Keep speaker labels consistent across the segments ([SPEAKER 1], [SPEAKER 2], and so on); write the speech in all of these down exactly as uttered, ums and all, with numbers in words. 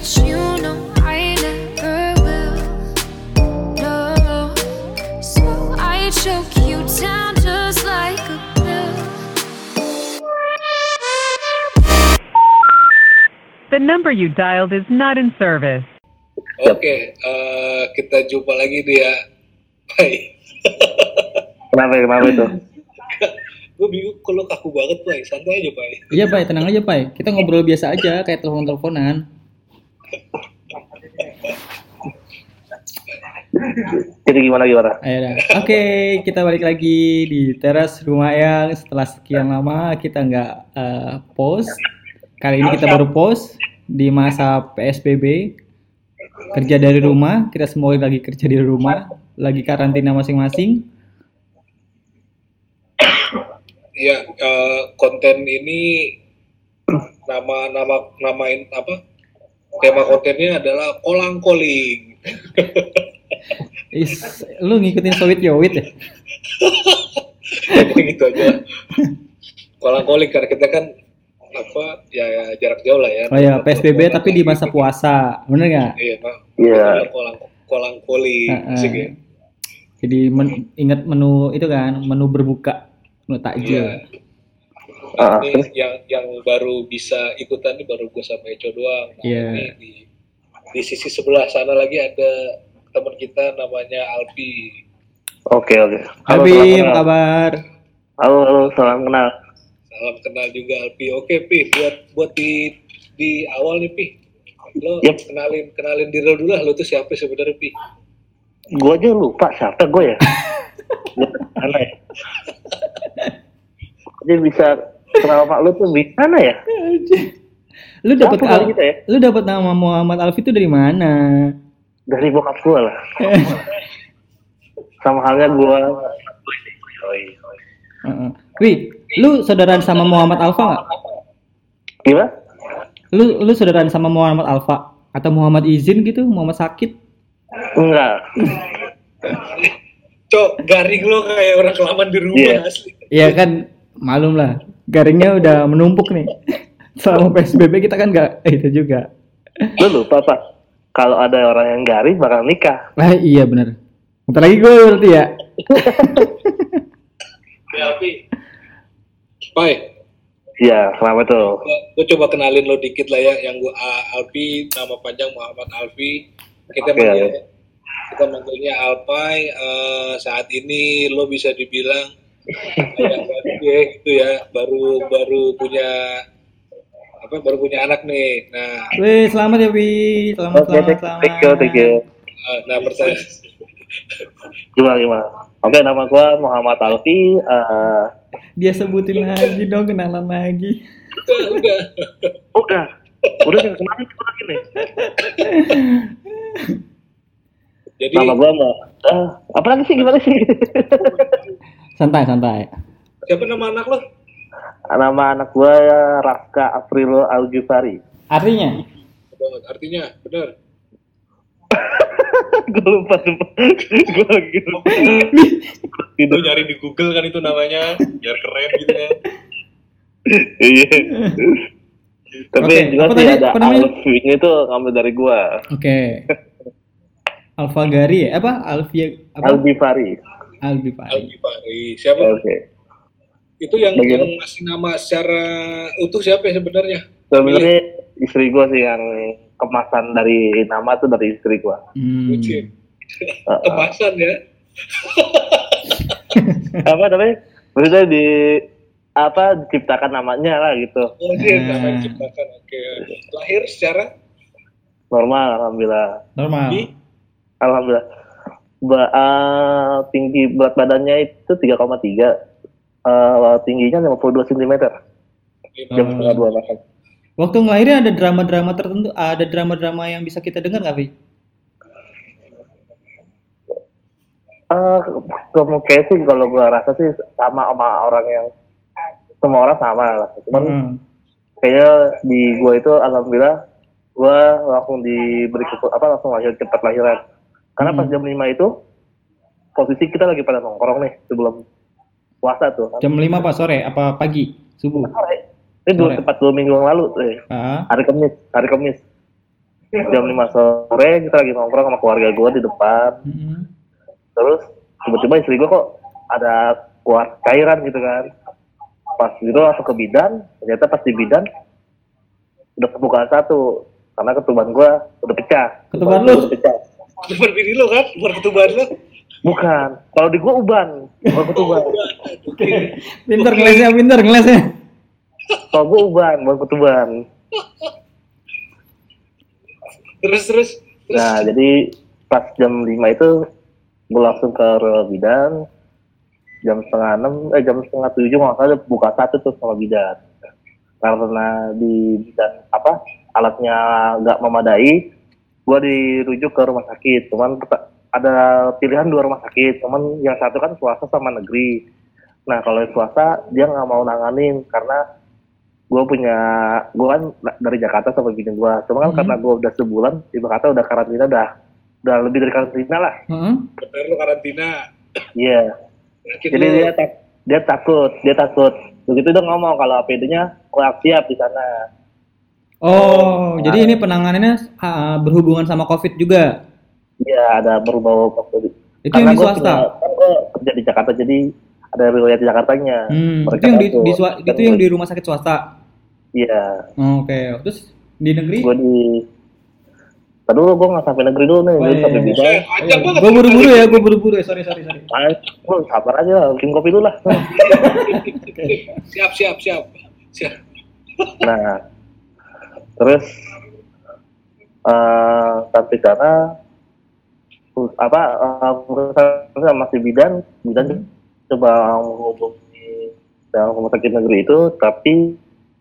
[SPEAKER 1] but you know I never will. No, so I choke you down just like a pill.
[SPEAKER 2] The number you dialed is not in service.
[SPEAKER 3] Oke, okay, uh, kita jumpa lagi dia. Pai.
[SPEAKER 4] Kenapa, kenapa itu?
[SPEAKER 3] Gue bingung kalau kaku banget, Pai. Santai aja, Pai.
[SPEAKER 5] Iya, Pai. Tenang aja, Pai. Kita ngobrol biasa aja, kayak telepon-teleponan.
[SPEAKER 4] Jadi gimana, gimana?
[SPEAKER 5] Ayo dah. Oke, okay, kita balik lagi di teras rumah yang setelah sekian lama kita nggak uh, post. Kali ini kita baru post di masa P S B B. Kerja dari rumah, kita semua lagi kerja di rumah, lagi karantina masing-masing.
[SPEAKER 3] Ya, uh, konten ini nama nama namain apa? Tema kontennya adalah kolang koling.
[SPEAKER 5] Is, lu ngikutin Sowit Yowit ya?
[SPEAKER 3] Gitu aja. Kolang koling karena kita kan apa ya, ya jarak jauh lah ya.
[SPEAKER 5] Oh ya, P S B B tapi di masa puasa, bener nggak?
[SPEAKER 3] Iya, nah,
[SPEAKER 4] yeah.
[SPEAKER 3] kolang kolang koling,
[SPEAKER 5] uh, uh.
[SPEAKER 3] asik ya.
[SPEAKER 5] Jadi men- ingat menu itu kan, menu berbuka, menu takjil.
[SPEAKER 3] Iya.
[SPEAKER 4] Uh,
[SPEAKER 3] Nah, ini yang yang baru bisa ikutan ini baru gue sama Eco doang. Nah,
[SPEAKER 5] yeah.
[SPEAKER 3] Ini di di sisi sebelah sana lagi ada teman kita namanya Alpi.
[SPEAKER 4] Oke, oke.
[SPEAKER 5] Alpi, apa kabar?
[SPEAKER 4] Halo, halo, salam kenal.
[SPEAKER 3] Salam kenal juga Alpi. Oke, Pi, buat buat di di awal nih, Pi. Lo
[SPEAKER 4] yep. kenalin
[SPEAKER 3] kenalin diri lo dulu lah, lo tuh siapa sebenarnya, Pi?
[SPEAKER 4] Gue aja lupa siapa gue ya. Mana ya? Jadi bisa kenal sama lu tuh gimana ya?
[SPEAKER 5] Lu dapat al-
[SPEAKER 4] gitu ya?
[SPEAKER 5] Lu dapat nama Muhammad Alfi itu dari mana?
[SPEAKER 4] Dari bokap gue lah. Sama halnya gue.
[SPEAKER 5] Uh-uh. Wih, lu saudaraan sama Muhammad Alfa nggak?
[SPEAKER 4] Gimana?
[SPEAKER 5] Lu lu saudaraan sama Muhammad Alfa atau Muhammad Izin gitu? Muhammad Sakit?
[SPEAKER 4] Enggak.
[SPEAKER 3] Cok, garing lo kayak orang kelamaan di rumah yeah. Asli.
[SPEAKER 5] Iya kan, malum lah. Garingnya udah menumpuk nih. Selama P S B B kita kan nggak itu juga.
[SPEAKER 4] Lu lupa Pak? Kalau ada orang yang garing bakal nikah.
[SPEAKER 5] Ah iya benar. Bentar lagi gue berarti ya.
[SPEAKER 3] Ya Alpi. Pai.
[SPEAKER 4] Iya, selamat tuh.
[SPEAKER 3] Gue coba kenalin lo dikit lah ya. Yang gue uh, Alpi, nama panjang Muhammad Alfi. Kita
[SPEAKER 4] okay,
[SPEAKER 3] manggil,
[SPEAKER 4] okay.
[SPEAKER 3] kita manggilnya Alpai. Uh, saat ini lo bisa dibilang kayak ya, gitu ya. Baru baru punya apa? Baru punya anak nih. Nah.
[SPEAKER 5] Wih, selamat ya Wi. Selamat,
[SPEAKER 4] okay,
[SPEAKER 5] selamat, selamat.
[SPEAKER 4] Thank you, thank you.
[SPEAKER 3] Uh, nah pertanyaan.
[SPEAKER 4] Gimana gimana? Oke, nama gue Muhammad Alfi. Uh,
[SPEAKER 5] Dia sebutin lagi dong, kenalan lagi.
[SPEAKER 3] Udah, udah.
[SPEAKER 4] Udah. Udah yang kemarin kita lagi nih.
[SPEAKER 3] Jadi
[SPEAKER 4] nama gue mau. Uh, apa lagi sih gimana sih?
[SPEAKER 5] Santai santai.
[SPEAKER 3] Siapa nama anak lo?
[SPEAKER 4] Nama anak gue Rafka Afrilo Al-Ghifari.
[SPEAKER 5] Artinya?
[SPEAKER 3] Banget. Artinya, benar.
[SPEAKER 4] Gue lupa lupa. Gue lagi lupa.
[SPEAKER 3] Itu nyari di Google kan itu namanya, biar keren gitu ya.
[SPEAKER 4] Iya. Tapi
[SPEAKER 5] okay,
[SPEAKER 4] jelas sih ada Alfi-nya itu ngambil dari gue.
[SPEAKER 5] Oke. Okay. Alfagari ya? Apa? Alfi apa?
[SPEAKER 4] Al-Ghifari.
[SPEAKER 5] Al-Ghifari.
[SPEAKER 3] Al-Ghifari. Siapa?
[SPEAKER 4] Oke. Okay.
[SPEAKER 3] Itu yang,
[SPEAKER 4] Bagaimana?
[SPEAKER 3] yang ngasih nama secara utuh siapa ya sebenarnya?
[SPEAKER 4] Sebenarnya istri gue sih yang kemasan dari nama tuh dari istri gue.
[SPEAKER 5] Hmm.
[SPEAKER 4] Uh,
[SPEAKER 3] kemasan ya?
[SPEAKER 4] Apa namanya? Maksudnya di apa diciptakan namanya lah gitu.
[SPEAKER 3] Oh dia namanya diciptakan. Oke. Lahir secara
[SPEAKER 4] normal, alhamdulillah.
[SPEAKER 5] Normal.
[SPEAKER 3] Di?
[SPEAKER 4] Alhamdulillah. Ba- uh, tinggi berat badannya itu tiga koma tiga. Uh, tingginya lima puluh dua sentimeter. Jam setengah dua makan.
[SPEAKER 5] Waktu ngelahirin ada drama-drama tertentu, ada drama-drama yang bisa kita dengar nggak, Vi?
[SPEAKER 4] Uh, kemungkinan sih kalau gue rasa sih sama sama orang yang semua orang sama lah. Cuman hmm. kayaknya di gue itu alhamdulillah gue langsung diberi apa langsung lahir cepat lahiran. Karena hmm. pas jam lima itu posisi kita lagi pada nongkrong nih sebelum puasa tuh.
[SPEAKER 5] Jam lima apa sore? Apa pagi? Subuh?
[SPEAKER 4] Sore. Ini dua tepat dua minggu yang lalu, eh.
[SPEAKER 5] Ah.
[SPEAKER 4] Hari Kamis, hari Kamis. jam lima sore kita lagi nongkrong sama keluarga gue di depan.
[SPEAKER 5] Mm-hmm.
[SPEAKER 4] Terus tiba-tiba istri gue kok ada keluar cairan gitu kan. Pas gitu langsung ke bidan, ternyata pas di bidan udah kebukaan satu karena ketuban gue udah pecah.
[SPEAKER 5] Ketuban lu?
[SPEAKER 4] Udah pecah.
[SPEAKER 3] Ketuban bini lu kan, bukan ketuban lu.
[SPEAKER 4] Bukan, kalau di gue uban, bukan ketuban.
[SPEAKER 5] Pinter ngelesnya, pinter ngelesnya.
[SPEAKER 4] Kalau gue uban, bukan ketuban.
[SPEAKER 3] Terus terus. terus.
[SPEAKER 4] Nah, jadi pas jam lima itu gue langsung ke bidan. Jam setengah enam, eh jam setengah tujuh nggak salah buka satu tuh sama bidan. Karena di bidan apa alatnya nggak memadai, gue dirujuk ke rumah sakit. Cuman ada pilihan dua rumah sakit, cuman yang satu kan swasta sama negeri. Nah kalau yang swasta dia nggak mau nanganin karena gue punya, gue kan dari Jakarta sampai bini gue. Cuma kan hmm. karena gue udah sebulan di Jakarta udah karantina dah, udah lebih dari karantina lah.
[SPEAKER 5] Hmm.
[SPEAKER 3] Bener lu karantina.
[SPEAKER 4] Iya. Yeah. Jadi lu. dia tak, dia takut, dia takut. Begitu udah ngomong kalau A P D-nya kurang siap di sana.
[SPEAKER 5] Oh, nah, jadi ini penanganannya uh, berhubungan sama COVID juga?
[SPEAKER 4] Iya, ada berbau COVID.
[SPEAKER 5] Itu karena yang di swasta?
[SPEAKER 4] Punya, kan gue kerja di Jakarta, jadi ada riwayat di Jakartanya.
[SPEAKER 5] Hmm, itu yang di, di swa, itu yang di rumah sakit swasta?
[SPEAKER 4] Iya.
[SPEAKER 5] Oh, oke, okay. Terus di negeri?
[SPEAKER 4] Gue di... Tadi dulu gue nggak sampai negeri dulu nih, oh, iya. sampai bidang.
[SPEAKER 3] Iya.
[SPEAKER 5] Gue buru-buru ya, gue buru-buru ya, sorry, sorry, sorry.
[SPEAKER 4] Nah, gue sabar aja lah, bikin kopi dulu lah.
[SPEAKER 3] siap, siap, siap. siap.
[SPEAKER 4] Nah, terus uh, sampai sana apa uh, masih bidan bidan hmm. coba menghubungi dalam rumah sakit negeri itu, tapi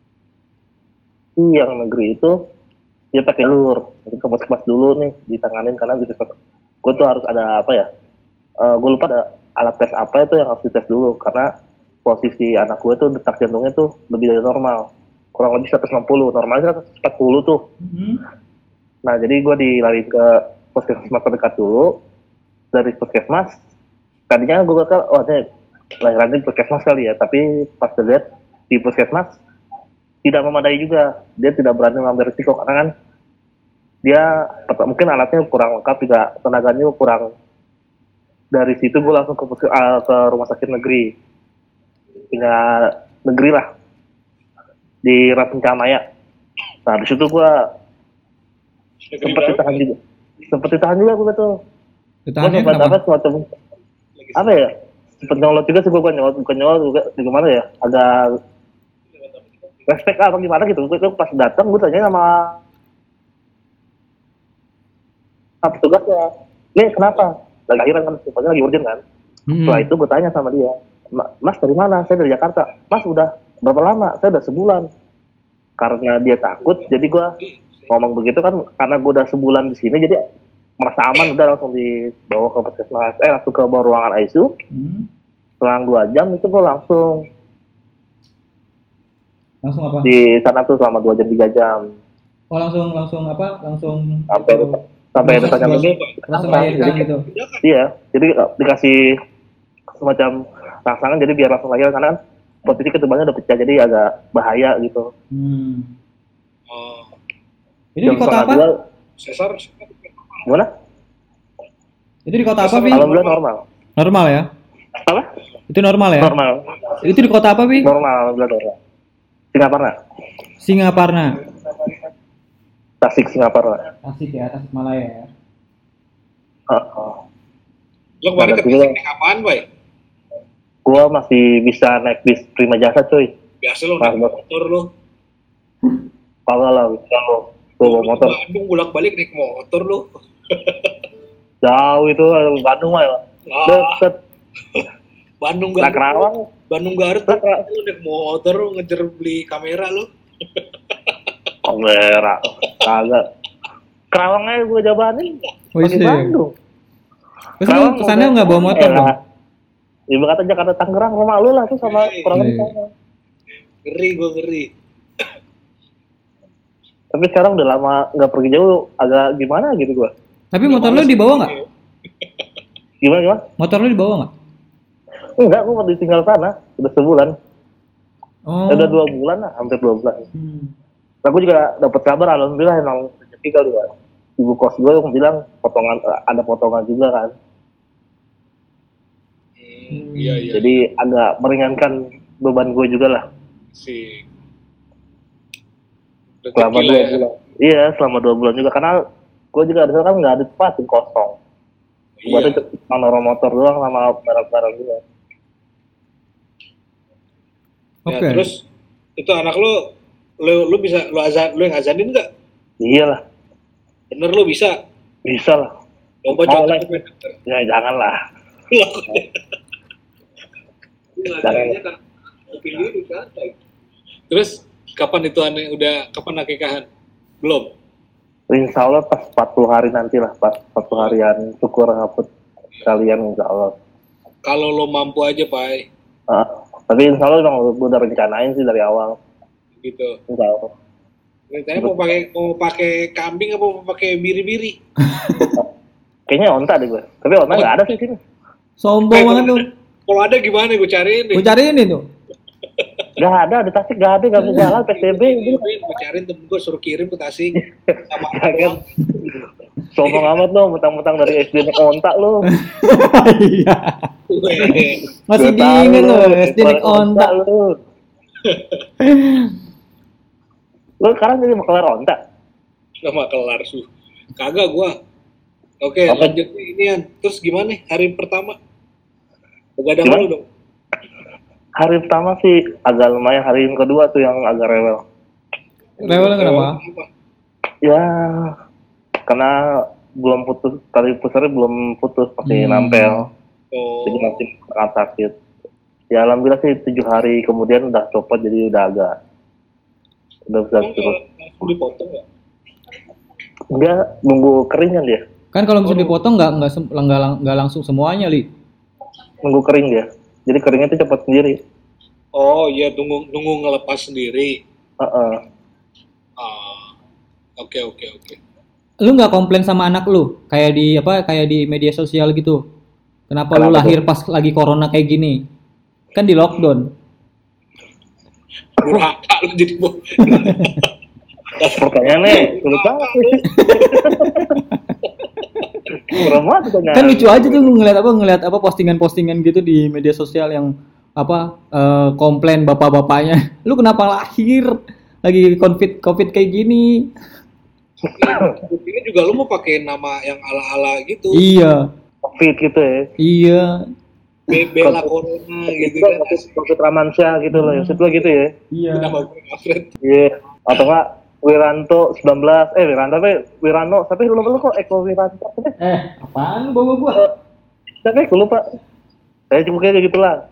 [SPEAKER 4] yang negeri itu dia pakai lur, jadi ke puskesmas dulu nih ditanganin karena gitu. Gue tuh harus ada apa ya? Uh, gue lupa ada alat tes apa itu yang harus dites dulu karena posisi anak gue tuh detak jantungnya tuh lebih dari normal, kurang lebih seratus enam puluh, normalnya seratus empat puluh tuh. Mm-hmm. Nah jadi gue dilari ke puskesmas terdekat dulu. Dari puskesmas tadinya gue bakal oh ini lahiran di puskesmas kali ya, tapi pas dilihat di puskesmas tidak memadai juga, dia tidak berani mengambil risiko karena kan dia mungkin alatnya kurang lengkap juga, tenaganya kurang. Dari situ gue langsung ke, uh, ke rumah sakit negeri punya negeri lah di Rasencamaya. Nah di situ gue sempat ditahan juga, sempat ditahan juga gue tuh. Gue sempat dapat semacam apa ya? Sempat nyolot juga sih gue, gue nyolot bukan nyolot juga, gimana ya? Ada respect apa gimana gitu. Gue pas datang gue tanya sama apa petugasnya, ini kenapa? Lagi akhiran kan, sifatnya lagi urgent kan. Hmm. Setelah itu gue tanya sama dia, Mas dari mana? Saya dari Jakarta. Mas udah berapa lama? Saya udah sebulan. Karena dia takut, jadi gue ngomong begitu kan, karena gue udah sebulan di sini, jadi merasa aman, udah langsung dibawa ke puskesmas, eh langsung ke bawah ruangan I C U. Hmm. Selang dua jam itu gue langsung
[SPEAKER 5] langsung apa?
[SPEAKER 4] Di sana tuh selama dua jam tiga jam.
[SPEAKER 5] Oh langsung langsung apa? Langsung
[SPEAKER 4] sampai itu, sampai ada tanya lagi.
[SPEAKER 5] Langsung lahirkan gitu.
[SPEAKER 4] Iya, jadi dikasih semacam rangsangan jadi biar langsung lahir karena kan posisi ketubannya udah pecah jadi agak bahaya gitu.
[SPEAKER 5] Hmm.
[SPEAKER 3] Oh.
[SPEAKER 5] Itu di kota apa?
[SPEAKER 3] Sesar.
[SPEAKER 4] Gimana?
[SPEAKER 5] Itu di kota apa, Pi?
[SPEAKER 4] Alhamdulillah normal.
[SPEAKER 5] Normal ya?
[SPEAKER 4] Apa?
[SPEAKER 5] Itu normal ya?
[SPEAKER 4] Normal.
[SPEAKER 5] Itu di kota apa, Pi?
[SPEAKER 4] Normal, alhamdulillah normal. Singaparna.
[SPEAKER 5] Singaparna.
[SPEAKER 4] Tasik Singaparna.
[SPEAKER 5] Tasik ya, Tasik Malaya ya.
[SPEAKER 4] Uh-uh.
[SPEAKER 3] Lo kemarin ke Tasik naik apaan, Boy?
[SPEAKER 4] Gua masih bisa naik bis Prima Jasa, cuy.
[SPEAKER 3] Biasa lo naik motor lo.
[SPEAKER 4] Kalau lah, kalau bawa motor.
[SPEAKER 3] Bandung bolak-balik naik motor lo.
[SPEAKER 4] Jauh itu Bandung mah ya. Deket.
[SPEAKER 3] Bandung Garut.
[SPEAKER 4] Kerawang.
[SPEAKER 3] Bandung Garut. Lu naik motor lu ngejar beli kamera lu.
[SPEAKER 4] Kamera. Kagak. Kerawangnya gue jabanin.
[SPEAKER 5] Oh,
[SPEAKER 4] di Bandung.
[SPEAKER 5] Terus lu kesana nggak bawa motor dong?
[SPEAKER 4] Ibu kata Jakarta Tangerang rumah lu lah tuh sama kurang lebih sama.
[SPEAKER 3] Ngeri gue ngeri.
[SPEAKER 4] Tapi sekarang udah lama nggak pergi jauh, agak gimana gitu gue.
[SPEAKER 5] Tapi motor lu dibawa nggak?
[SPEAKER 4] Gimana gimana?
[SPEAKER 5] Motor lu dibawa nggak?
[SPEAKER 4] Enggak, gue masih tinggal sana udah sebulan.
[SPEAKER 5] Oh.
[SPEAKER 4] Udah dua bulan lah, hampir dua bulan.
[SPEAKER 5] Hmm.
[SPEAKER 4] Nah, gue juga dapat kabar, alhamdulillah emang rezeki kali ya. ibu kos gue yang bilang potongan ada potongan juga kan.
[SPEAKER 3] Hmm, iya iya.
[SPEAKER 4] Jadi agak meringankan beban gue juga lah.
[SPEAKER 3] Si.
[SPEAKER 4] Selama dua ya. bulan. Iya, selama dua bulan juga karena gue juga ada kan nggak ada tempat yang kosong. Gue
[SPEAKER 3] Iya.
[SPEAKER 4] ada cuma naruh motor doang sama barang-barang juga.
[SPEAKER 3] Ya,
[SPEAKER 5] Oke.
[SPEAKER 3] terus itu anak lu, lu, lu bisa lu azan, lu yang azanin nggak?
[SPEAKER 4] Iyalah,
[SPEAKER 3] Bener lu bisa?
[SPEAKER 4] bisa lah.
[SPEAKER 3] Coba
[SPEAKER 4] Mau
[SPEAKER 3] contohnya.
[SPEAKER 4] lah. Ya jangan lah.
[SPEAKER 3] Jangan. Terus kapan itu aneh udah kapan akikahan? Belum.
[SPEAKER 4] Insya Allah pas empat puluh hari nanti lah, pas empat puluh harian syukur ngaput kalian insya Allah.
[SPEAKER 3] Kalau lo mampu aja, Pai.
[SPEAKER 4] Ah, tapi insya Allah emang gue udah rencanain sih dari awal.
[SPEAKER 3] Gitu.
[SPEAKER 4] Insya Allah.
[SPEAKER 3] Rencananya mau pakai mau pakai kambing apa mau pakai biri-biri?
[SPEAKER 4] Kayaknya onta deh gue. Tapi onta nggak ada sih sini.
[SPEAKER 5] Sombong banget tuh.
[SPEAKER 3] Kalau ada gimana gue cariin deh.
[SPEAKER 5] Gue cariin itu.
[SPEAKER 4] Gak ada, di Tasik gak ada, gak bisa jalan, P S B B.
[SPEAKER 3] Gue cariin temen gue suruh kirim ke Tasik. Sama
[SPEAKER 4] Jangan. Sombong amat lo, mentang-mentang dari S D naik onta lo.
[SPEAKER 5] Iya. Masih
[SPEAKER 4] Gua tahu
[SPEAKER 5] diinget
[SPEAKER 4] lo,
[SPEAKER 5] loh, S D naik onta.
[SPEAKER 4] lo. Lo sekarang jadi mau kelar onta?
[SPEAKER 3] Sama kelar su. Kagak gua. Oke,
[SPEAKER 4] Apa?
[SPEAKER 3] lanjut nih inian. Terus gimana nih hari pertama? Begadang
[SPEAKER 4] Gimana?
[SPEAKER 3] lu dong.
[SPEAKER 4] Hari pertama sih agak lumayan, hari yang kedua tuh yang agak rewel.
[SPEAKER 5] Rewel kenapa?
[SPEAKER 4] Ya, karena belum putus, tali pusarnya belum putus, masih
[SPEAKER 5] Hmm.
[SPEAKER 4] nampel.
[SPEAKER 3] Oh.
[SPEAKER 4] Jadi masih sangat sakit. Ya alhamdulillah sih tujuh hari kemudian udah copot, jadi udah agak udah bisa
[SPEAKER 3] Emang
[SPEAKER 4] terus.
[SPEAKER 3] langsung dipotong ya?
[SPEAKER 4] Dia nunggu kering kan dia,
[SPEAKER 5] Kan kalau misalnya dipotong nggak nggak sem- nggak lang- nggak langsung semuanya, Li.
[SPEAKER 4] nunggu kering dia. Jadi keringnya tuh cepat sendiri.
[SPEAKER 3] Oh iya, nunggu nunggu ngelepas sendiri.
[SPEAKER 4] Heeh.
[SPEAKER 3] Ah. Oke oke oke.
[SPEAKER 5] Lu nggak komplain sama anak lu kayak di apa kayak di media sosial gitu? Kenapa, lu
[SPEAKER 4] Kenapa
[SPEAKER 5] lahir pas lagi corona kayak gini? Kan di lockdown.
[SPEAKER 3] Durhaka lu jadi bo.
[SPEAKER 4] Pertanyaannya sulit banget sih. Serem banget pertanyaannya.
[SPEAKER 5] Kan lucu aja tuh ngeliat apa ngeliat apa postingan-postingan gitu di media sosial yang apa eh, komplain bapak-bapaknya. Lu kenapa lahir lagi covid covid kayak gini?
[SPEAKER 3] Ini juga lu mau pakai nama yang ala-ala gitu.
[SPEAKER 5] Iya,
[SPEAKER 4] Covid gitu ya.
[SPEAKER 5] iya.
[SPEAKER 3] Be- Bella Corona gitu
[SPEAKER 4] Itu
[SPEAKER 3] kan.
[SPEAKER 4] Covid Covid Ramansyah gitu loh, yang situ gitu ya.
[SPEAKER 5] Iya.
[SPEAKER 3] Nama gue Alfred.
[SPEAKER 4] Iya. Atau enggak Wiranto sembilan belas, eh Wiranto apa? Wirano, tapi lu lupa kok Eko Wiranto. Tapi
[SPEAKER 5] Eh, apaan bawa gua?
[SPEAKER 4] tapi aku lupa. Saya cuma kayak gitu lah.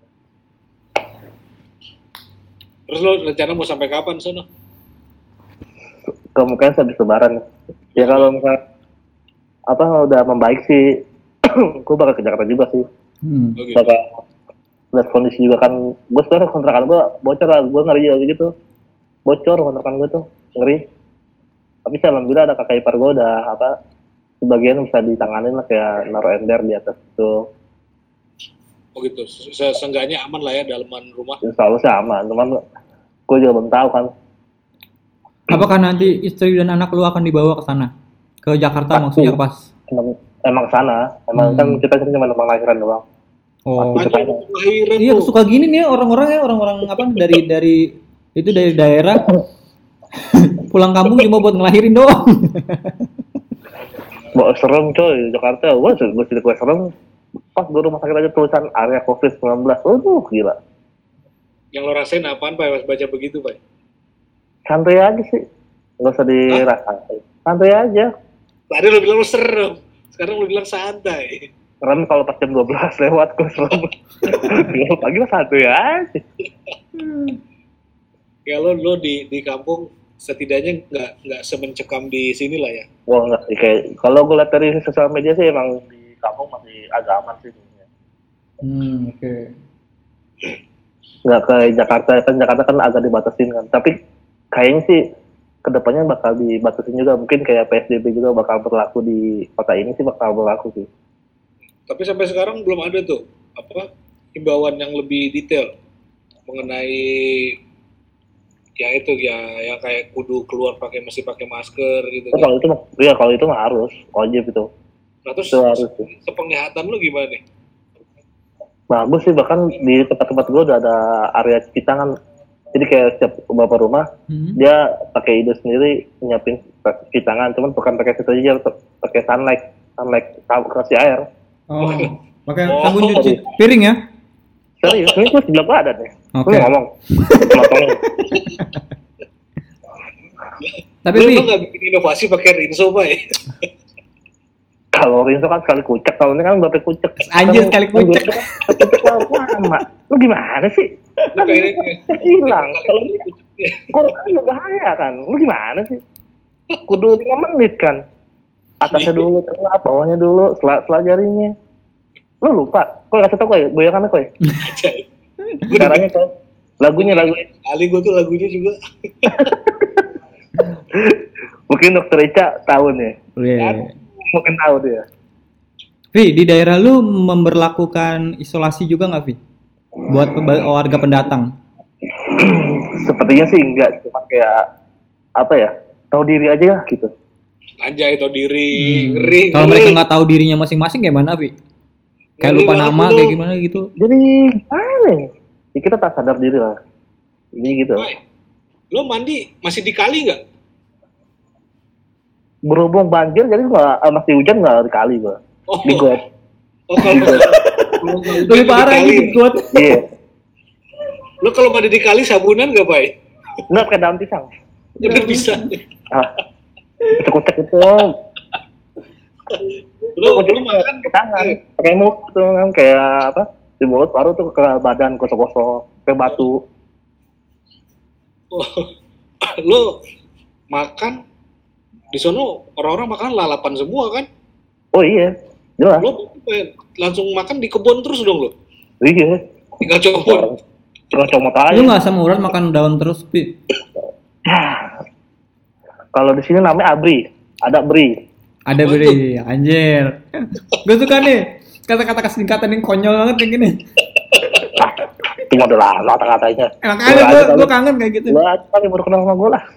[SPEAKER 3] Terus lu rencana mau sampai kapan sono?
[SPEAKER 4] Kemungkinan habis lebaran. Ya kalau misalnya apa udah membaik sih, gue bakal ke Jakarta juga sih.
[SPEAKER 5] Hmm.
[SPEAKER 3] Oh, gitu.
[SPEAKER 4] Bakal lihat kondisi juga kan. Gue sekarang kontrakan gue bocor lah, gue ngeri aja gitu. Bocor kontrakan gue tuh, ngeri. Tapi sih alhamdulillah ada kakak ipar gue udah apa, sebagian bisa ditanganin lah kayak naruh ember di atas itu.
[SPEAKER 3] Oh gitu. Se- Seenggaknya aman lah ya dalaman rumah.
[SPEAKER 4] Insya Allah sih aman, cuman gue juga belum tahu kan.
[SPEAKER 5] Apakah nanti istri dan anak lu akan dibawa ke sana? Ke Jakarta
[SPEAKER 4] Pasti.
[SPEAKER 5] maksudnya pas.
[SPEAKER 4] Emang, emang sana, emang
[SPEAKER 5] Hmm.
[SPEAKER 4] kan kita cuma numpang lahiran doang.
[SPEAKER 5] Oh.
[SPEAKER 4] Pasti.
[SPEAKER 3] Banyak kelahiran
[SPEAKER 5] Iya,
[SPEAKER 3] tuh.
[SPEAKER 5] suka gini nih orang-orang ya, orang-orang apa dari dari itu dari daerah pulang kampung cuma buat ngelahirin doang.
[SPEAKER 4] Wah serem coy, Jakarta, wah gue sih gue serem. Pas gue rumah sakit aja tulisan area covid sembilan belas, waduh gila.
[SPEAKER 3] Yang lo rasain apaan Pak pas baca begitu Pak?
[SPEAKER 4] Santai aja sih, nggak usah dirasain. Santai aja.
[SPEAKER 3] Tadi lo bilang lo serem, sekarang lo bilang santai.
[SPEAKER 4] Serem kalau pas jam dua belas lewat gue serem. Kalau pagi mah santai aja.
[SPEAKER 3] Ya lo lo di di kampung setidaknya nggak nggak semencekam di sini lah ya.
[SPEAKER 4] Wah nggak sih, kayak kalau gue lihat dari sosial media sih emang di kampung masih agak aman sih.
[SPEAKER 5] Hmm, oke.
[SPEAKER 4] Nggak kayak Jakarta, kan Jakarta kan agak dibatasin kan. Tapi kayaknya sih kedepannya bakal dibatasin juga. Mungkin kayak P S B B juga bakal berlaku di kota ini sih bakal berlaku sih.
[SPEAKER 3] Tapi sampai sekarang belum ada tuh apa himbauan yang lebih detail mengenai Ya itu ya, yang kayak kudu keluar pakai mesti pakai masker gitu
[SPEAKER 4] Oh,
[SPEAKER 3] kan.
[SPEAKER 4] kalau itu mah, iya kalau itu mah harus wajib itu.
[SPEAKER 3] Nah terus
[SPEAKER 4] Itu harus tuh.
[SPEAKER 3] sepenglihatan lu gimana nih?
[SPEAKER 4] Bagus sih, bahkan di tempat-tempat gue udah ada area cuci tangan. Jadi kayak setiap bapak rumah
[SPEAKER 5] Hmm.
[SPEAKER 4] dia pakai ide sendiri nyiapin cuci tangan, cuman bukan pakai situ aja, pakai sunlight, sunlight kasih air.
[SPEAKER 5] Oh, pakai
[SPEAKER 3] Oh.
[SPEAKER 5] sabun cuci piring ya?
[SPEAKER 4] Serius, ini gue sebelah gue ada deh.
[SPEAKER 5] Oke.
[SPEAKER 4] Gue ngomong, potongin.
[SPEAKER 5] Tapi
[SPEAKER 3] Lu
[SPEAKER 5] Pi,
[SPEAKER 3] lu nggak bikin inovasi pakai rinso pak ya?
[SPEAKER 4] Kalau Rinso kan sekali kucek, kalau ini kan berapa kucek?
[SPEAKER 5] Anjir, sekali kucek.
[SPEAKER 4] Kucek lama. Lu gimana sih?
[SPEAKER 3] Lu kayak ini
[SPEAKER 4] Hilang. Kalau ini kalau kan juga bahaya kan. Lu gimana sih? Kudu lima menit kan. Atasnya dulu, tengah, bawahnya dulu, setelah, setelah jarinya. Lu lupa? Kok kasih tau kok ya? Goyangannya kok ya? Caranya kok. Lagunya, lagunya.
[SPEAKER 3] Kali gue tuh lagunya juga.
[SPEAKER 4] Mungkin dokter Ica tahu nih.
[SPEAKER 5] Iya.
[SPEAKER 4] Mungkin tahu dia.
[SPEAKER 5] Vi, di daerah lu memberlakukan isolasi juga nggak Vi? Buat pemba- warga pendatang?
[SPEAKER 4] Sepertinya sih enggak. Cuma kayak, apa ya, tahu diri aja lah gitu.
[SPEAKER 3] Anjay tau diri,
[SPEAKER 5] Hmm.
[SPEAKER 3] ngeri.
[SPEAKER 5] Kalau
[SPEAKER 3] ngeri.
[SPEAKER 5] mereka nggak tahu dirinya masing-masing gimana Vi? Kayak
[SPEAKER 3] Ngeri
[SPEAKER 5] lupa
[SPEAKER 3] banget
[SPEAKER 5] nama
[SPEAKER 3] lu.
[SPEAKER 5] kayak gimana gitu?
[SPEAKER 4] Jadi, gimana ya? Ya, kita tak sadar diri lah. Ini gitu.
[SPEAKER 3] Boy, lu mandi masih di kali nggak?
[SPEAKER 4] Berhubung banjir, jadi nggak, eh, masih hujan nggak di kali gua.
[SPEAKER 3] Oh,
[SPEAKER 4] Di got.
[SPEAKER 3] oh kalau kalau nggak hujan
[SPEAKER 5] Lebih
[SPEAKER 3] di
[SPEAKER 5] parah
[SPEAKER 3] kali.
[SPEAKER 5] gitu gue.
[SPEAKER 4] Iya.
[SPEAKER 3] Lu kalau mandi di kali sabunan nggak bay?
[SPEAKER 4] Nggak pakai daun pisang.
[SPEAKER 3] Ya udah bisa.
[SPEAKER 4] Ah. Kucek-kucek itu.
[SPEAKER 3] Lu lu makan
[SPEAKER 4] Ke tangan. Pakai mulut tuh kan. Kayak apa? Di mulut baru tuh ke badan gosok-gosok. Ke batu.
[SPEAKER 3] oh, lu makan di sono orang-orang makan lalapan semua kan?
[SPEAKER 4] Oh iya. Jelas.
[SPEAKER 3] Lu langsung makan di kebun terus dong lu?
[SPEAKER 4] Iya.
[SPEAKER 3] Tinggal copot.
[SPEAKER 4] Cuma comot aja.
[SPEAKER 5] Lu nggak asam urat makan daun terus Vi?
[SPEAKER 4] Kalau di sini namanya abri. Ada bri.
[SPEAKER 5] Ada
[SPEAKER 3] Apa
[SPEAKER 5] beri, anjir. Gue suka nih kata-kata singkatan yang konyol banget kayak gini.
[SPEAKER 4] Cuma udah lama kata-katanya.
[SPEAKER 5] Emang ada gue, gue kangen kayak gitu.
[SPEAKER 4] Lu aja kali baru kenal sama gue lah.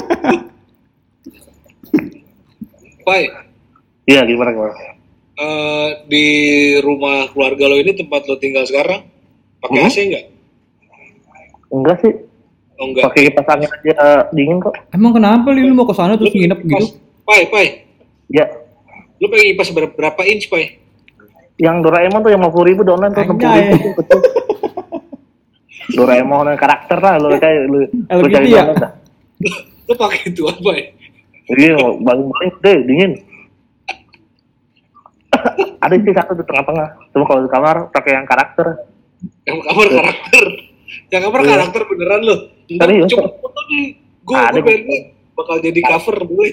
[SPEAKER 3] Bay,
[SPEAKER 4] Iya, gimana gimana?
[SPEAKER 3] eh, di rumah keluarga lo ini tempat lo tinggal sekarang pakai
[SPEAKER 4] Hmm?
[SPEAKER 3] A C nggak?
[SPEAKER 4] Enggak sih.
[SPEAKER 3] Oh enggak.
[SPEAKER 4] Pakai kipas angin aja dingin kok.
[SPEAKER 5] Emang kenapa Li, lu mau ke sana terus nginep gitu?
[SPEAKER 3] Pai, pai.
[SPEAKER 4] Ya.
[SPEAKER 3] Lu pakai kipas ber- berapa inch, pai?
[SPEAKER 4] Yang Doraemon tuh yang lima puluh ribu downline tuh enam puluh
[SPEAKER 5] Anjay.
[SPEAKER 4] ribu betul. Doraemon yang karakter lah lu kayak lu.
[SPEAKER 5] Hello
[SPEAKER 4] Lu cari
[SPEAKER 5] Kitty ya?
[SPEAKER 4] download dah.
[SPEAKER 3] Lu pakai itu apa ya?
[SPEAKER 4] Iya, baling-baling deh dingin. Ada sih satu di tengah-tengah. Cuma kalau di kamar pakai yang karakter.
[SPEAKER 3] Yang kamar karakter. Yang kamar
[SPEAKER 4] Iya.
[SPEAKER 3] karakter beneran lu. Ntar
[SPEAKER 4] Serius?
[SPEAKER 3] coba foto nih. Gue
[SPEAKER 4] Ada,
[SPEAKER 3] gue pengen bakal jadi cover boleh.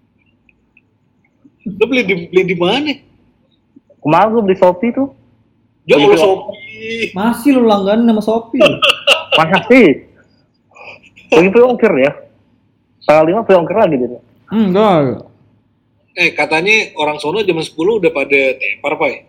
[SPEAKER 3] Lu beli di beli di mana?
[SPEAKER 4] Kemarin gue beli Shopee tuh.
[SPEAKER 3] Ya
[SPEAKER 4] Beli
[SPEAKER 3] kalau
[SPEAKER 4] di-
[SPEAKER 3] Shopee.
[SPEAKER 5] Masih lu langganan sama Shopee.
[SPEAKER 4] Masa sih? Lagi pre-ongkir ya? Tanggal lima pre-ongkir lagi dia.
[SPEAKER 5] Enggak.
[SPEAKER 3] Eh katanya orang sono jam sepuluh udah pada tepar, pai.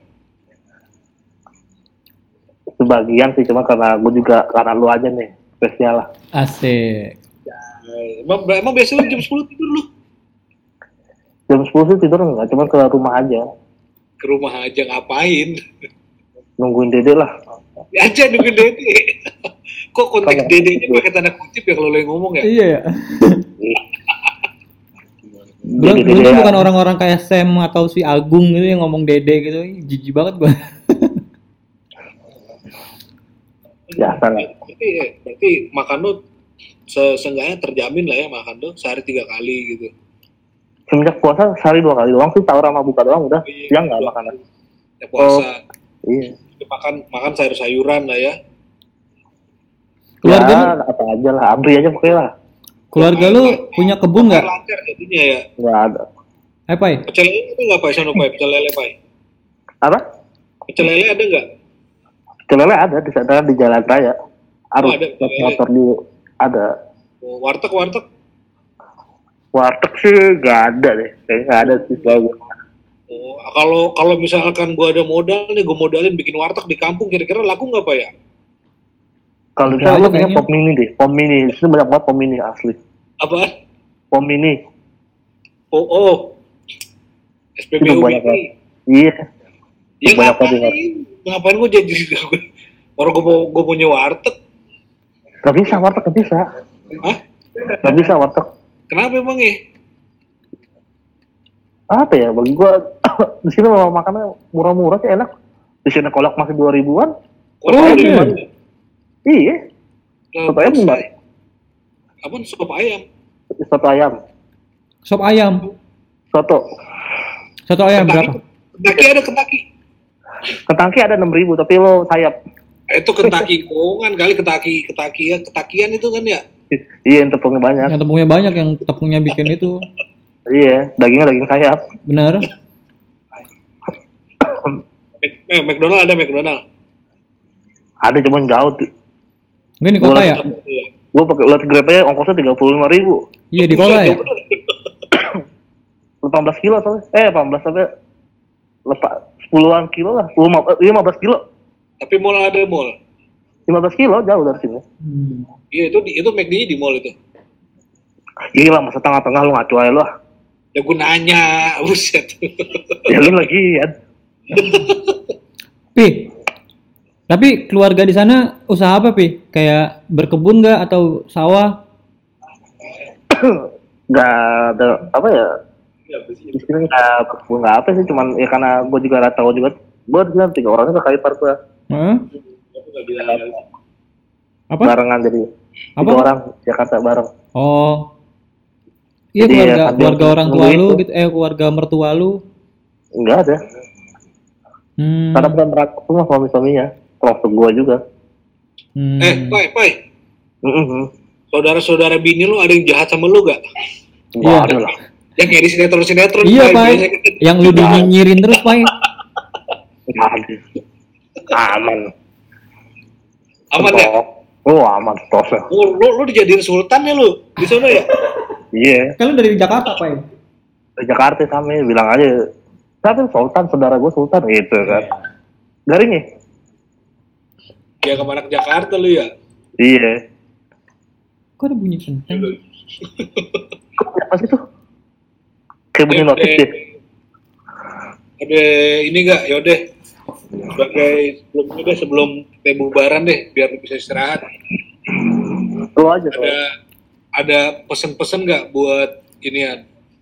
[SPEAKER 4] Sebagian sih, cuma karena gue juga, karena lu aja nih. Spesial lah.
[SPEAKER 5] Asik.
[SPEAKER 3] Emang, emang biasa lu jam sepuluh tidur lu?
[SPEAKER 4] Jam sepuluh sih tidur enggak, cuma ke rumah aja.
[SPEAKER 3] Ke rumah aja ngapain?
[SPEAKER 4] Nungguin dede lah.
[SPEAKER 3] Ya aja nungguin dede. Kok konteks
[SPEAKER 4] Kalau-
[SPEAKER 3] dedenya pakai tanda kutip ya kalau lo yang ngomong ya?
[SPEAKER 5] Iya ya. Gue
[SPEAKER 4] Dede
[SPEAKER 5] gue
[SPEAKER 4] dede
[SPEAKER 5] tuh bukan orang-orang kayak Sam atau si Agung gitu yang ngomong dede gitu. Jijik banget gue.
[SPEAKER 4] biasa lah.
[SPEAKER 3] Berarti, eh, berarti makan lo se- seenggaknya terjamin lah ya makan lo sehari tiga kali gitu.
[SPEAKER 4] Semenjak puasa sehari dua kali doang sih, sahur sama buka doang udah.
[SPEAKER 3] Iya,
[SPEAKER 4] Siang nggak
[SPEAKER 3] dua
[SPEAKER 4] makan.
[SPEAKER 3] kali. Ya puasa.
[SPEAKER 4] Iya.
[SPEAKER 3] Makan makan sayur-sayuran lah ya.
[SPEAKER 5] Keluarga lu,
[SPEAKER 4] Ya, apa aja lah, abri aja pokoknya lah.
[SPEAKER 5] keluarga lu punya kebun nggak?
[SPEAKER 3] Lancar jadinya ya.
[SPEAKER 4] Nggak ada.
[SPEAKER 5] Eh Pai,
[SPEAKER 3] Pecel lele ada nggak, Pak? Sono, Pak? Pecel lele, Pak?
[SPEAKER 4] Apa?
[SPEAKER 3] Pecel lele ada nggak?
[SPEAKER 4] Celele ada di sana di jalan raya. Arus
[SPEAKER 3] Oh, ada.
[SPEAKER 4] naik motor di ada.
[SPEAKER 3] Oh, warteg warteg.
[SPEAKER 4] Warteg sih nggak ada deh. Kayaknya nggak ada sih selalu.
[SPEAKER 3] Oh, kalau kalau misalkan gua ada modal nih, gua modalin bikin warteg di kampung, kira-kira laku nggak, Pak ya?
[SPEAKER 4] Kalau
[SPEAKER 5] Udah
[SPEAKER 4] bisa
[SPEAKER 5] aja
[SPEAKER 4] lu kayaknya
[SPEAKER 5] kayaknya.
[SPEAKER 4] pom mini deh, pom mini. Itu banyak banget pom mini asli.
[SPEAKER 3] Apa?
[SPEAKER 4] Pom mini.
[SPEAKER 3] Oh, oh. S P B
[SPEAKER 4] Itu
[SPEAKER 3] U
[SPEAKER 4] banyak
[SPEAKER 3] ini.
[SPEAKER 4] Iya.
[SPEAKER 3] Ya
[SPEAKER 4] banyak
[SPEAKER 3] ngapain?
[SPEAKER 4] banget.
[SPEAKER 3] Ngapain gue jadi orang gue mau gue punya warteg?
[SPEAKER 4] Gak bisa warteg, gak bisa.
[SPEAKER 3] Hah?
[SPEAKER 4] Gak bisa warteg.
[SPEAKER 3] Kenapa emang ya?
[SPEAKER 4] Apa ya? Bagi gua di sini mau makannya murah-murah sih enak. Di sini kolak masih dua ribuan.
[SPEAKER 3] Oh,
[SPEAKER 5] iya.
[SPEAKER 3] iya.
[SPEAKER 4] Iya. Soto ayam gimana?
[SPEAKER 3] Apa sop ayam?
[SPEAKER 4] Soto ayam.
[SPEAKER 5] Sop ayam.
[SPEAKER 4] Soto.
[SPEAKER 5] Soto ayam berapa?
[SPEAKER 3] Kentucky ada Kentucky.
[SPEAKER 4] Ketangki ada enam ribu tapi lo sayap.
[SPEAKER 3] Itu Kentucky kongan kali Kentucky Kentakian Kentakian itu kan ya.
[SPEAKER 4] Iya, yang tepungnya banyak.
[SPEAKER 5] Yang tepungnya banyak, yang tepungnya bikin itu.
[SPEAKER 4] Iya, dagingnya daging sayap.
[SPEAKER 5] Bener.
[SPEAKER 3] Eh, McDonald ada McDonald.
[SPEAKER 4] Ada cuman jauh tuh.
[SPEAKER 5] Mungkin di kota ya?
[SPEAKER 4] Gua pakai ulat grabnya ongkosnya tiga puluh lima ribu.
[SPEAKER 5] Iya di kota ya?
[SPEAKER 4] delapan belas kilo soalnya. Eh, delapan belas sampai lepas sepuluhan kilo lah. lima belas kilo.
[SPEAKER 3] Tapi mall ada mall.
[SPEAKER 4] lima belas kilo jauh dari sini.
[SPEAKER 5] Hmm.
[SPEAKER 3] Iya itu di, itu McD-nya di mall itu.
[SPEAKER 4] Gila, masa tengah-tengah lu ngacu aja lu. ah.
[SPEAKER 3] Ya gue nanya, buset.
[SPEAKER 4] Ya lu lagi ya.
[SPEAKER 5] Pi, tapi keluarga di sana usaha apa Pi? Kayak berkebun nggak atau sawah?
[SPEAKER 4] Gak ada apa ya? Di sini nggak berkebun nggak apa sih, cuman ya karena gue juga rata tahu juga. Gue bilang tiga orangnya ke Kaipar gue.
[SPEAKER 5] Hah? Apa?
[SPEAKER 4] Barengan jadi
[SPEAKER 5] Apa?
[SPEAKER 4] tiga orang Jakarta bareng.
[SPEAKER 5] Oh. Iya
[SPEAKER 4] Jadi,
[SPEAKER 5] keluarga
[SPEAKER 4] ya, ada
[SPEAKER 5] keluarga
[SPEAKER 4] yang
[SPEAKER 5] orang tua
[SPEAKER 4] nunggu
[SPEAKER 5] lu
[SPEAKER 4] itu.
[SPEAKER 5] gitu, eh keluarga mertua lu.
[SPEAKER 4] Enggak ada.
[SPEAKER 5] Hmm.
[SPEAKER 4] Karena bukan merata semua suami-suaminya. Termasuk gue juga.
[SPEAKER 5] Hmm.
[SPEAKER 3] Eh, Pai, Pai.
[SPEAKER 4] Mm-hmm.
[SPEAKER 3] Saudara-saudara bini lu ada yang jahat sama lu gak?
[SPEAKER 5] Iya.
[SPEAKER 4] Nggak ada lah.
[SPEAKER 3] Yang kayak di sinetron-sinetron.
[SPEAKER 5] Iya, Pai.
[SPEAKER 3] biasanya kan.
[SPEAKER 5] Yang lu dinyinyirin terus, Pai.
[SPEAKER 4] Nggak ada. Aman.
[SPEAKER 3] Aman ya?
[SPEAKER 4] Oh, aman stosnya.
[SPEAKER 3] Oh, lu, lu dijadiin sultan ya lu? Di sana ya?
[SPEAKER 4] Iya.
[SPEAKER 5] Kan lu dari Jakarta, Pai.
[SPEAKER 4] Dari Jakarta kami bilang aja. Tapi Sultan, saudara gue Sultan gitu kan. Garing ya?
[SPEAKER 3] Ya ke anak Jakarta lu ya?
[SPEAKER 4] Iya.
[SPEAKER 5] Kok ada bunyi kentang?
[SPEAKER 4] Kok apa sih tuh? Kayak bunyi
[SPEAKER 3] Eh,
[SPEAKER 4] notif
[SPEAKER 3] eh,
[SPEAKER 4] deh.
[SPEAKER 3] Ada ini gak? Yaudah. Sebagai sebelum ini deh, sebelum kita bubaran deh, biar lu bisa istirahat.
[SPEAKER 4] Lu aja tuh.
[SPEAKER 3] Ada ada pesan-pesan nggak buat inian?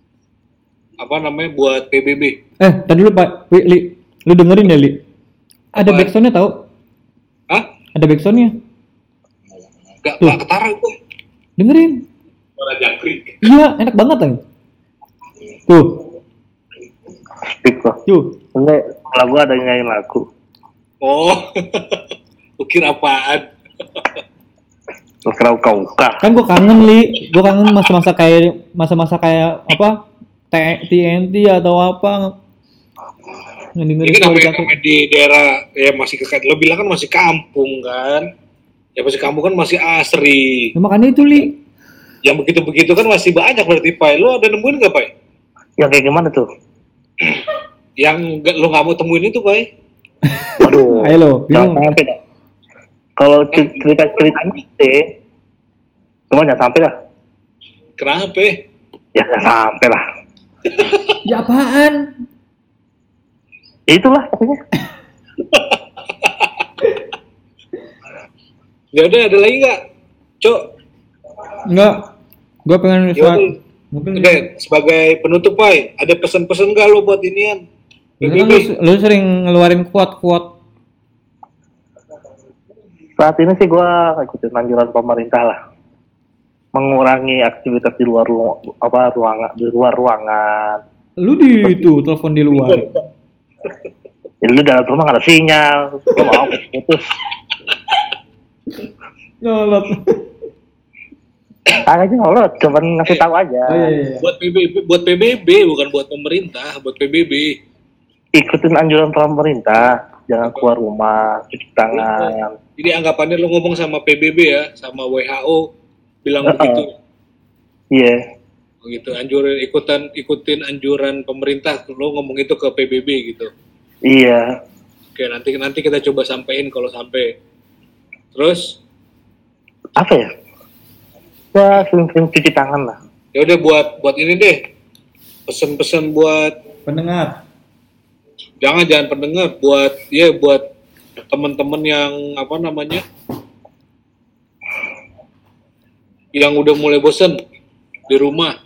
[SPEAKER 3] Apa namanya buat P B B?
[SPEAKER 5] Eh, tadi dulu Pak, Wi, Li. Lu dengerin ya, Li? Ada
[SPEAKER 3] Apa?
[SPEAKER 5] backsoundnya tau?
[SPEAKER 3] Hah?
[SPEAKER 5] Ada backsoundnya?
[SPEAKER 3] Gak,
[SPEAKER 5] Tuh.
[SPEAKER 3] gak ketara gue.
[SPEAKER 5] Dengerin.
[SPEAKER 3] Suara jangkrik.
[SPEAKER 5] Iya, enak banget kan? Tuh,
[SPEAKER 4] Speak loh.
[SPEAKER 5] tuh.
[SPEAKER 4] Ini lagu ada yang nyanyiin lagu.
[SPEAKER 3] Oh, ukir apaan?
[SPEAKER 4] Lu kira kau kah?
[SPEAKER 5] Kan gue kangen, Li. Gue kangen masa-masa kayak masa-masa kayak apa? T N T atau apa? Yang dengerin
[SPEAKER 3] Ini
[SPEAKER 5] suara
[SPEAKER 3] namanya,
[SPEAKER 5] jangkrik.
[SPEAKER 3] namanya di daerah ya masih ke lo bilang kan masih kampung kan? Ya masih kampung kan masih asri.
[SPEAKER 5] Nah, makanya itu, Li.
[SPEAKER 3] Yang begitu-begitu kan masih banyak berarti Pai. Lo ada nemuin nggak Pai?
[SPEAKER 4] Yang kayak gimana tuh?
[SPEAKER 3] Yang nggak lo nggak mau temuin itu Pai?
[SPEAKER 4] Aduh.
[SPEAKER 5] Ayo lo,
[SPEAKER 4] Jangan
[SPEAKER 5] bilang.
[SPEAKER 4] sampai dah. Kalau cer- cerita-ceritanya sih, cuma jangan sampai lah.
[SPEAKER 3] Kenapa?
[SPEAKER 4] Ya jangan sampai lah.
[SPEAKER 5] Ya apaan?
[SPEAKER 4] Ya itulah pokoknya.
[SPEAKER 3] Ya udah ada lagi nggak? Cok,
[SPEAKER 5] Enggak. Gue pengen
[SPEAKER 3] ya
[SPEAKER 5] suara.
[SPEAKER 3] udah.
[SPEAKER 5] Mungkin
[SPEAKER 3] Oke, sebagai penutup Pai, ada pesan-pesan nggak lo buat inian? P B
[SPEAKER 5] kan
[SPEAKER 3] B?
[SPEAKER 5] lu, lu sering ngeluarin kuat-kuat.
[SPEAKER 4] Saat ini sih gue ikutin anjuran pemerintah lah. Mengurangi aktivitas di luar ruang, apa ruangan di luar ruangan.
[SPEAKER 5] Lu di itu telepon di luar.
[SPEAKER 4] Jadi lu dalam rumah nggak ada sinyal. Lu mau putus.
[SPEAKER 5] Nyolot.
[SPEAKER 4] Ah aja lo, cuman ngasih tahu aja.
[SPEAKER 5] Oh iya iya.
[SPEAKER 3] Buat P B B, buat P B B bukan buat pemerintah, buat P B B.
[SPEAKER 4] Ikutin anjuran pemerintah. Jangan keluar rumah, cuci tangan.
[SPEAKER 3] Jadi anggapannya lo ngomong sama P B B ya, sama W H O bilang
[SPEAKER 4] Uh-uh.
[SPEAKER 3] begitu.
[SPEAKER 4] Iya.
[SPEAKER 3] Begitu anjuran ikutan ikutin anjuran pemerintah, lo ngomong itu ke P B B gitu.
[SPEAKER 4] Iya.
[SPEAKER 3] Oke, nanti nanti kita coba sampein kalau sampai. Terus
[SPEAKER 4] apa ya? Ya sering-sering cuci tangan lah.
[SPEAKER 3] Ya udah buat buat ini deh. Pesen-pesen buat
[SPEAKER 5] Pendengar.
[SPEAKER 3] jangan jangan pendengar buat ya buat teman-teman yang apa namanya? Yang udah mulai bosen di rumah.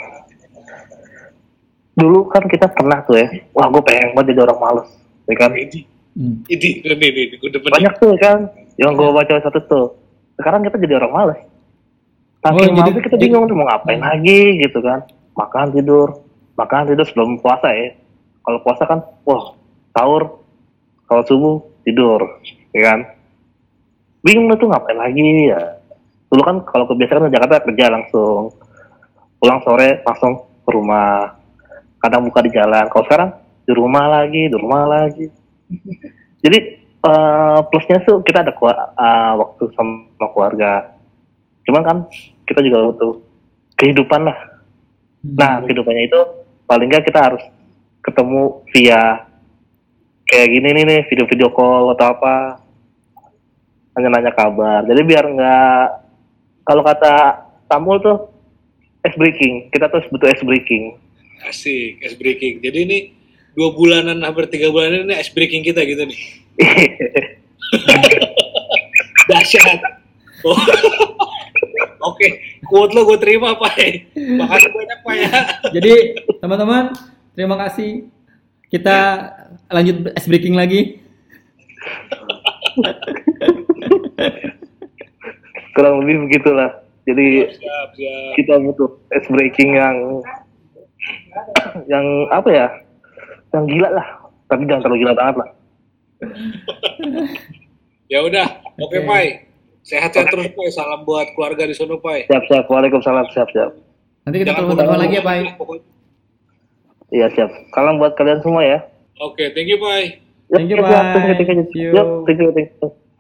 [SPEAKER 4] Dulu kan kita pernah tuh ya, wah gue pengen banget jadi orang malas, ya kan?
[SPEAKER 3] Ini,
[SPEAKER 5] Hmm.
[SPEAKER 3] ini, ini, ini, gue demen.
[SPEAKER 4] Banyak tuh kan, yang gue baca satu tuh. Sekarang kita jadi orang malas. Saking
[SPEAKER 5] Oh, jadi-
[SPEAKER 4] malasnya kita bingung tuh mau ngapain lagi gitu kan? Makan tidur, makan tidur sebelum puasa ya. Kalau puasa kan, wah sahur, kalau subuh tidur, ya kan? Bingung tuh ngapain lagi ya. Dulu kan kalau kebiasaan di Jakarta kerja langsung, pulang sore langsung ke rumah. Kadang buka di jalan. Kalau sekarang di rumah lagi, di rumah lagi. Jadi uh, plusnya tuh kita ada uh, waktu sama keluarga. Cuman kan kita juga butuh kehidupan lah. Nah kehidupannya itu paling nggak kita harus ketemu via kayak gini nih nih video-video call atau apa, nanya-nanya kabar. Jadi biar nggak, kalau kata Samuel tuh ice breaking. Kita tuh butuh ice breaking.
[SPEAKER 3] Asik, ice breaking. Jadi ini dua bulanan, hampir tiga bulanan ini ice breaking kita gitu nih. Dahsyat. Oh. Oke, quote lo gue terima Pak. Makasih banyak Pak ya.
[SPEAKER 5] Jadi teman-teman, terima kasih. Kita lanjut ice breaking lagi.
[SPEAKER 4] Kurang lebih begitulah. Jadi
[SPEAKER 3] Siap, siap.
[SPEAKER 4] kita butuh ice breaking yang yang apa ya? Yang gila lah. Tapi jangan terlalu gila banget lah.
[SPEAKER 3] Ya udah, oke
[SPEAKER 5] Oke.
[SPEAKER 3] Pai. Sehat-sehat terus Pai. Salam buat keluarga di sono Pai.
[SPEAKER 4] Siap-siap. Waalaikumsalam. Siap-siap.
[SPEAKER 5] Nanti kita
[SPEAKER 3] Jangan
[SPEAKER 5] telepon-telepon
[SPEAKER 3] mudah-
[SPEAKER 5] lagi ya, Pak.
[SPEAKER 3] Pokoknya-
[SPEAKER 4] Iya siap. Salam buat kalian semua ya.
[SPEAKER 3] Oke, thank you Pai.
[SPEAKER 4] Yap,
[SPEAKER 5] Thank you,
[SPEAKER 4] siap, siap.
[SPEAKER 5] bye.
[SPEAKER 4] Thank you, thank you.
[SPEAKER 5] See you.
[SPEAKER 4] Yap, thank you, thank you.